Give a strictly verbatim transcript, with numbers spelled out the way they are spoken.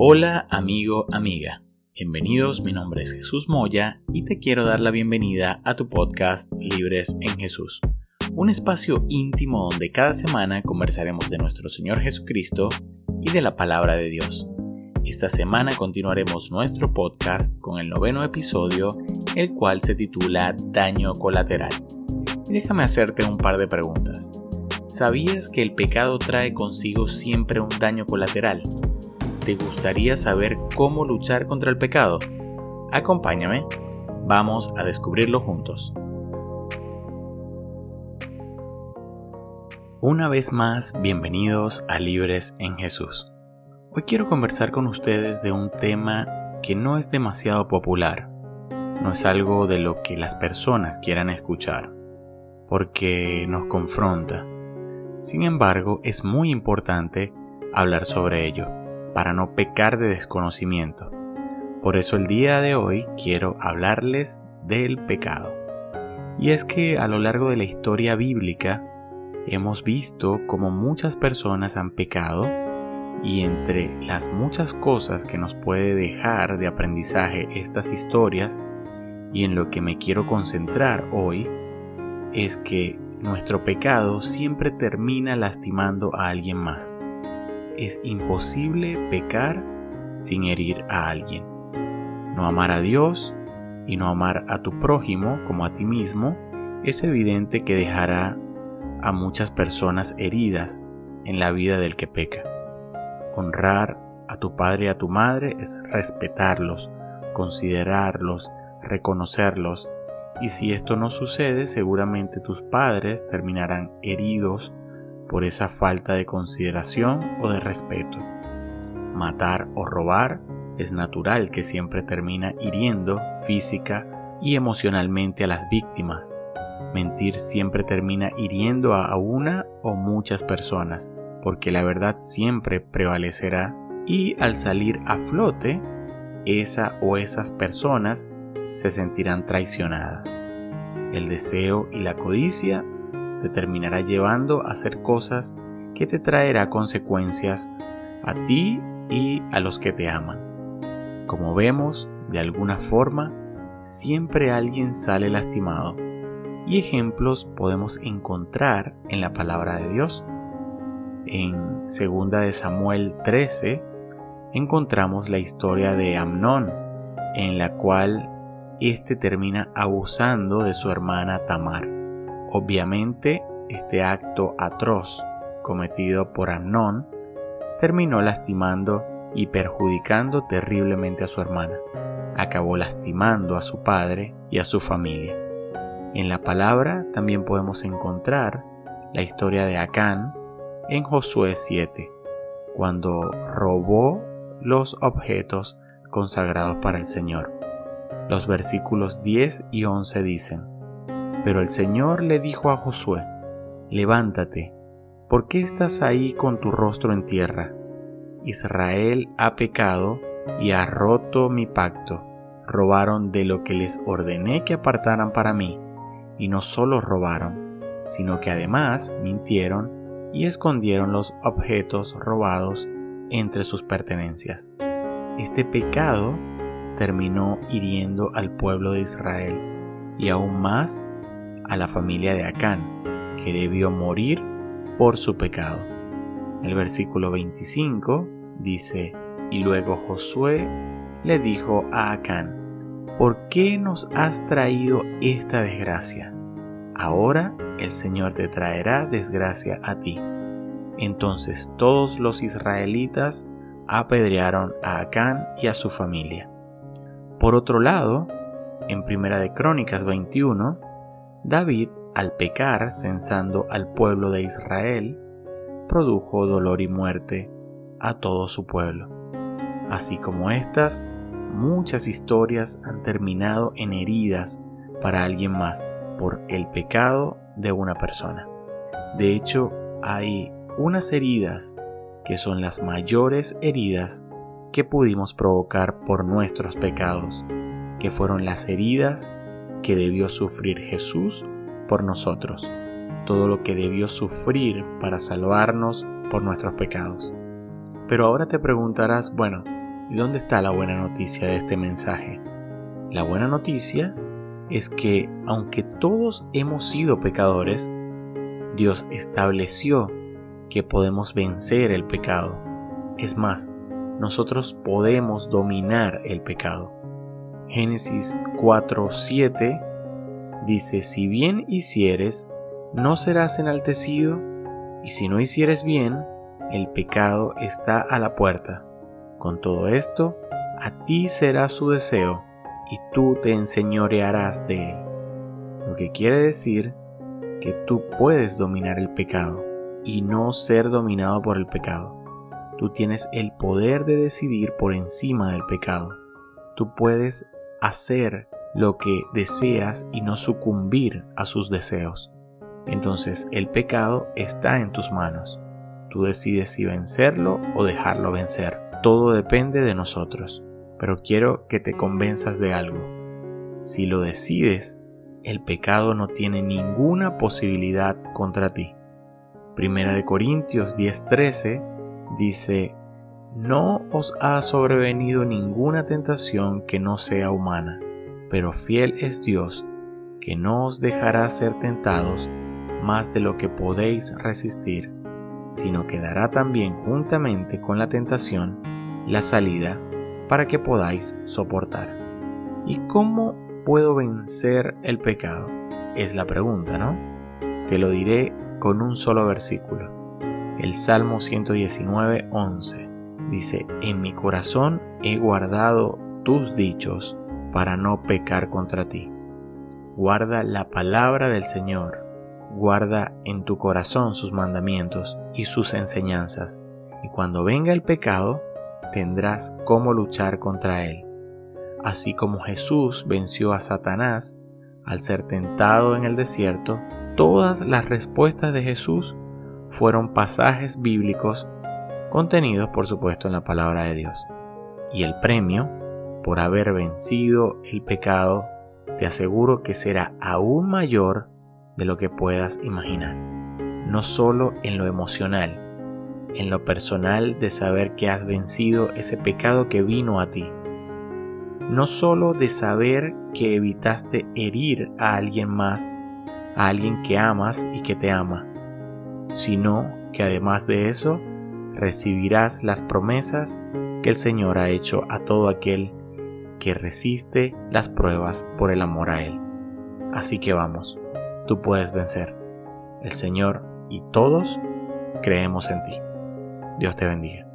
Hola amigo, amiga, bienvenidos, mi nombre es Jesús Moya y te quiero dar la bienvenida a tu podcast Libres en Jesús, un espacio íntimo donde cada semana conversaremos de nuestro Señor Jesucristo y de la Palabra de Dios. Esta semana continuaremos nuestro podcast con el noveno episodio, el cual se titula Daño Colateral. Y déjame hacerte un par de preguntas. ¿Sabías que el pecado trae consigo siempre un daño colateral? ¿Te gustaría saber cómo luchar contra el pecado? Acompáñame, vamos a descubrirlo juntos. Una vez más, bienvenidos a Libres en Jesús. Hoy quiero conversar con ustedes de un tema que no es demasiado popular. No es algo de lo que las personas quieran escuchar, porque nos confronta. Sin embargo, es muy importante hablar sobre ello, para no pecar de desconocimiento. Por eso el día de hoy quiero hablarles del pecado. Y es que a lo largo de la historia bíblica hemos visto cómo muchas personas han pecado, y entre las muchas cosas que nos puede dejar de aprendizaje estas historias, y en lo que me quiero concentrar hoy, es que nuestro pecado siempre termina lastimando a alguien más. Es imposible pecar sin herir a alguien. No amar a Dios y no amar a tu prójimo como a ti mismo es evidente que dejará a muchas personas heridas en la vida del que peca. Honrar a tu padre y a tu madre es respetarlos, considerarlos, reconocerlos, y si esto no sucede, seguramente tus padres terminarán heridos por esa falta de consideración o de respeto. Matar o robar es natural que siempre termina hiriendo física y emocionalmente a las víctimas. Mentir siempre termina hiriendo a una o muchas personas, porque la verdad siempre prevalecerá y al salir a flote, esa o esas personas se sentirán traicionadas. El deseo y la codicia te terminará llevando a hacer cosas que te traerá consecuencias a ti y a los que te aman. Como vemos, de alguna forma, siempre alguien sale lastimado, y ejemplos podemos encontrar en la palabra de Dios. En segunda de Samuel trece encontramos la historia de Amnón, en la cual éste termina abusando de su hermana Tamar. Obviamente, este acto atroz cometido por Amnón terminó lastimando y perjudicando terriblemente a su hermana. Acabó lastimando a su padre y a su familia. En la palabra también podemos encontrar la historia de Acán en Josué siete, cuando robó los objetos consagrados para el Señor. Los versículos diez y once dicen: Pero el Señor le dijo a Josué: Levántate, ¿por qué estás ahí con tu rostro en tierra? Israel ha pecado y ha roto mi pacto. Robaron de lo que les ordené que apartaran para mí, y no solo robaron, sino que además mintieron y escondieron los objetos robados entre sus pertenencias. Este pecado terminó hiriendo al pueblo de Israel y aún más a la familia de Acán, que debió morir por su pecado. El versículo veinticinco dice: Y luego Josué le dijo a Acán: ¿Por qué nos has traído esta desgracia? Ahora el Señor te traerá desgracia a ti. Entonces todos los israelitas apedrearon a Acán y a su familia. Por otro lado, en Primera de Crónicas veintiuno, David, al pecar censando al pueblo de Israel, produjo dolor y muerte a todo su pueblo. Así como estas, muchas historias han terminado en heridas para alguien más por el pecado de una persona. De hecho, hay unas heridas que son las mayores heridas que pudimos provocar por nuestros pecados, que fueron las heridas que debió sufrir Jesús por nosotros, todo lo que debió sufrir para salvarnos por nuestros pecados. Pero ahora te preguntarás, bueno, ¿Y dónde está la buena noticia de este mensaje? La buena noticia es que aunque todos hemos sido pecadores, Dios estableció que podemos vencer el pecado. Es más, nosotros podemos dominar el pecado. Génesis cuatro siete dice: si bien hicieres, no serás enaltecido, y si no hicieres bien, el pecado está a la puerta. Con todo esto, a ti será su deseo, y tú te enseñorearás de él. Lo que quiere decir que tú puedes dominar el pecado y no ser dominado por el pecado. Tú tienes el poder de decidir por encima del pecado. Tú puedes hacer lo que deseas y no sucumbir a sus deseos. Entonces el pecado está en tus manos. Tú decides si vencerlo o dejarlo vencer. Todo depende de nosotros. Pero quiero que te convenzas de algo. Si lo decides, el pecado no tiene ninguna posibilidad contra ti. Primera de Corintios diez trece dice: no os ha sobrevenido ninguna tentación que no sea humana, pero fiel es Dios, que no os dejará ser tentados más de lo que podéis resistir, sino que dará también juntamente con la tentación la salida para que podáis soportar. ¿Y cómo puedo vencer el pecado? Es la pregunta, ¿no? Te lo diré con un solo versículo. El Salmo ciento diecinueve, once dice: en mi corazón he guardado tus dichos para no pecar contra ti. Guarda la palabra del Señor, guarda en tu corazón sus mandamientos y sus enseñanzas, y cuando venga el pecado, tendrás cómo luchar contra él. Así como Jesús venció a Satanás al ser tentado en el desierto, todas las respuestas de Jesús fueron pasajes bíblicos contenidos, por supuesto, en la palabra de Dios. Y el premio por haber vencido el pecado, te aseguro que será aún mayor de lo que puedas imaginar. No solo en lo emocional, en lo personal de saber que has vencido ese pecado que vino a ti. No solo de saber que evitaste herir a alguien más, a alguien que amas y que te ama, sino que además de eso, recibirás las promesas que el Señor ha hecho a todo aquel que resiste las pruebas por el amor a Él. Así que vamos, tú puedes vencer. El Señor y todos creemos en ti. Dios te bendiga.